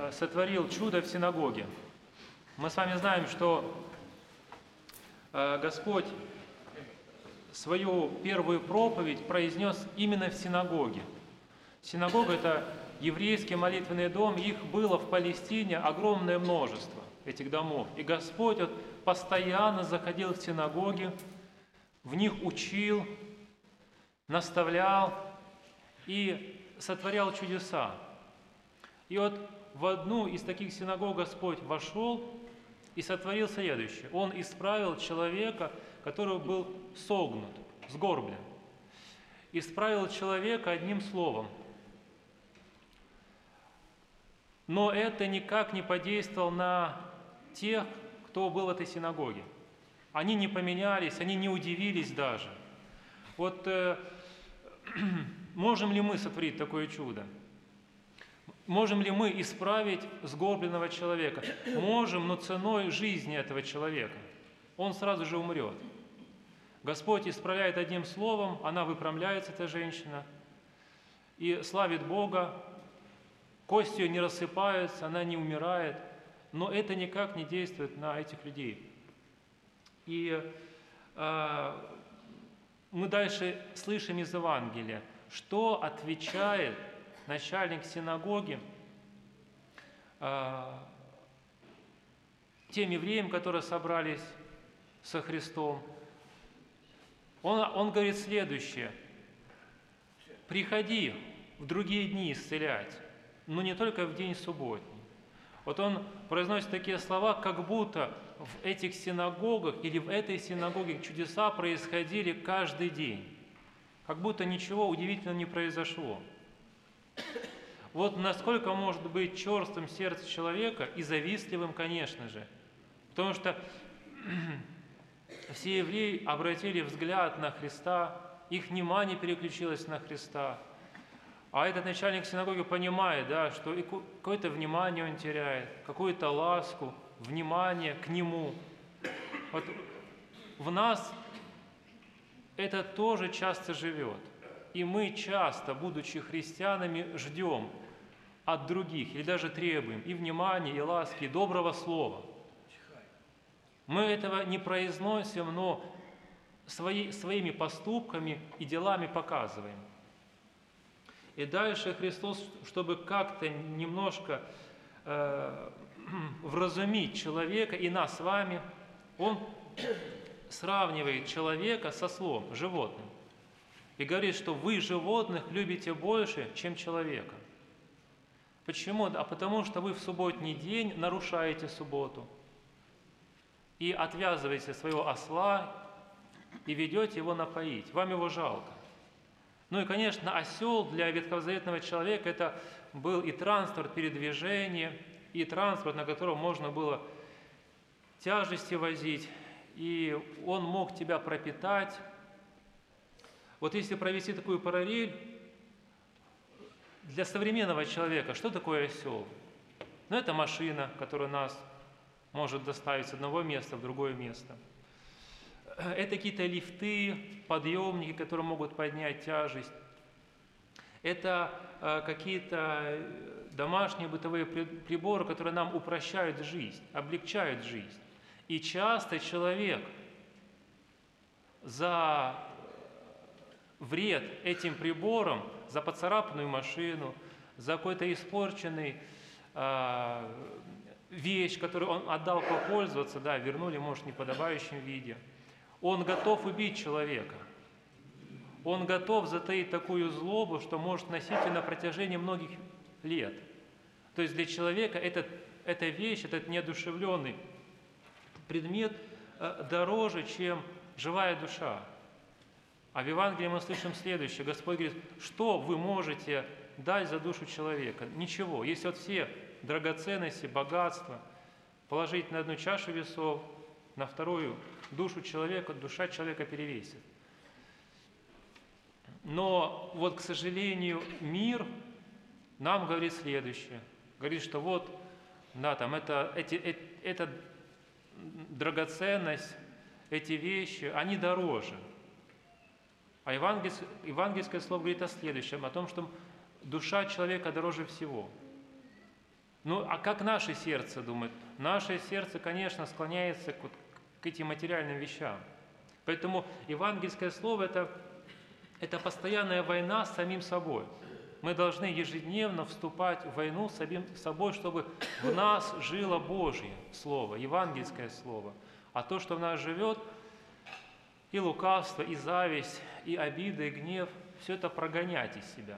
сотворил чудо в синагоге. Мы с вами знаем, что Господь свою первую проповедь произнес именно в синагоге. Синагога – это еврейский молитвенный дом, их было в Палестине огромное множество, этих домов. И Господь постоянно заходил в синагоги, в них учил, наставлял и сотворял чудеса. И вот в одну из таких синагог Господь вошел и сотворил следующее. Он исправил человека, который был согнут, сгорблен. Исправил человека одним словом. Но это никак не подействовало на тех, кто был в этой синагоге. Они не поменялись, они не удивились даже. Вот можем ли мы сотворить такое чудо? Можем ли мы исправить сгорбленного человека? Можем, но ценой жизни этого человека. Он сразу же умрет. Господь исправляет одним словом, она выпрямляется, эта женщина, и славит Бога. Кости ее не рассыпаются, она не умирает, но это никак не действует на этих людей. И мы дальше слышим из Евангелия, что отвечает начальник синагоги тем евреям, которые собрались со Христом. Он говорит следующее: «Приходи в другие дни исцелять, но не только в день субботний». Вот он произносит такие слова, как будто в этих синагогах или в этой синагоге чудеса происходили каждый день, как будто ничего удивительного не произошло. Вот насколько может быть черствым сердце человека и завистливым, конечно же, потому что все евреи обратили взгляд на Христа, их внимание переключилось на Христа. А этот начальник синагоги понимает, да, что и какое-то внимание он теряет, какую-то ласку, внимание к нему. Вот в нас это тоже часто живет. И мы часто, будучи христианами, ждем от других или даже требуем и внимания, и ласки, и доброго слова. Мы этого не произносим, но своими поступками и делами показываем. И дальше Христос, чтобы как-то немножко вразумить человека и нас с вами, Он сравнивает человека с ослом, животным. И говорит, что вы животных любите больше, чем человека. Почему? А потому что вы в субботний день нарушаете субботу и отвязываете своего осла и ведете его напоить. Вам его жалко. Ну и, конечно, осел для ветхозаветного человека это был и транспорт передвижения, и транспорт, на котором можно было тяжести возить, и он мог тебя пропитать. Вот если провести такую параллель, для современного человека что такое осел? Ну, это машина, которая нас может доставить с одного места в другое место. Это какие-то лифты, подъемники, которые могут поднять тяжесть. Это какие-то домашние бытовые приборы, которые нам упрощают жизнь, облегчают жизнь. И часто человек за вред этим приборам, за поцарапанную машину, за какой-то испорченный вещь, которую он отдал попользоваться, да, вернули, может, в неподобающем виде. Он готов убить человека. Он готов затаить такую злобу, что может носить ее на протяжении многих лет. То есть для человека эта вещь, этот неодушевленный предмет дороже, чем живая душа. А в Евангелии мы слышим следующее. Господь говорит, что вы можете дать за душу человека? Ничего. Если вот все драгоценности, богатства положить на одну чашу весов, на вторую душу человека, душа человека перевесит. Но вот, к сожалению, мир нам говорит следующее. Говорит, что вот, да, там эта драгоценность, эти вещи, они дороже. А евангельское слово говорит о следующем, о том, что душа человека дороже всего. Ну, а как наше сердце думает? Наше сердце, конечно, склоняется к этим материальным вещам. Поэтому евангельское слово – это постоянная война с самим собой. Мы должны ежедневно вступать в войну с самим собой, чтобы в нас жило Божье Слово, евангельское Слово. А то, что в нас живет, и лукавство, и зависть, и обида, и гнев, все это прогонять из себя.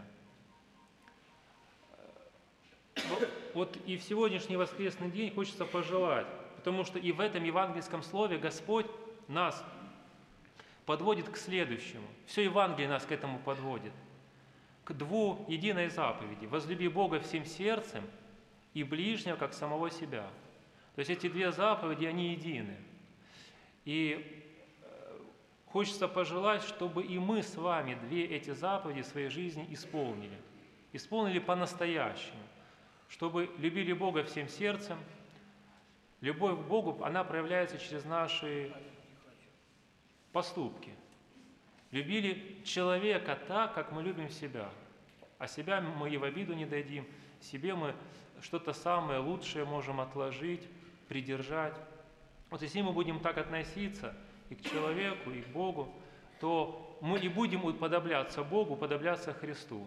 Вот и в сегодняшний воскресный день хочется пожелать, потому что и в этом евангельском слове Господь нас подводит к следующему. Все Евангелие нас к этому подводит. К единой заповеди. Возлюби Бога всем сердцем и ближнего, как самого себя. То есть эти две заповеди, они едины. И хочется пожелать, чтобы и мы с вами эти заповеди в своей жизни исполнили. Исполнили по-настоящему. Чтобы любили Бога всем сердцем. Любовь к Богу, она проявляется через наши поступки. Любили человека так, как мы любим себя. А себя мы и в обиду не дадим. Себе мы что-то самое лучшее можем отложить, придержать. Вот если мы будем так относиться и к человеку, и к Богу, то мы и будем уподобляться Богу, уподобляться Христу,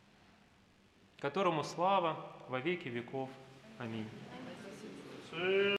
которому слава во веки веков. Аминь.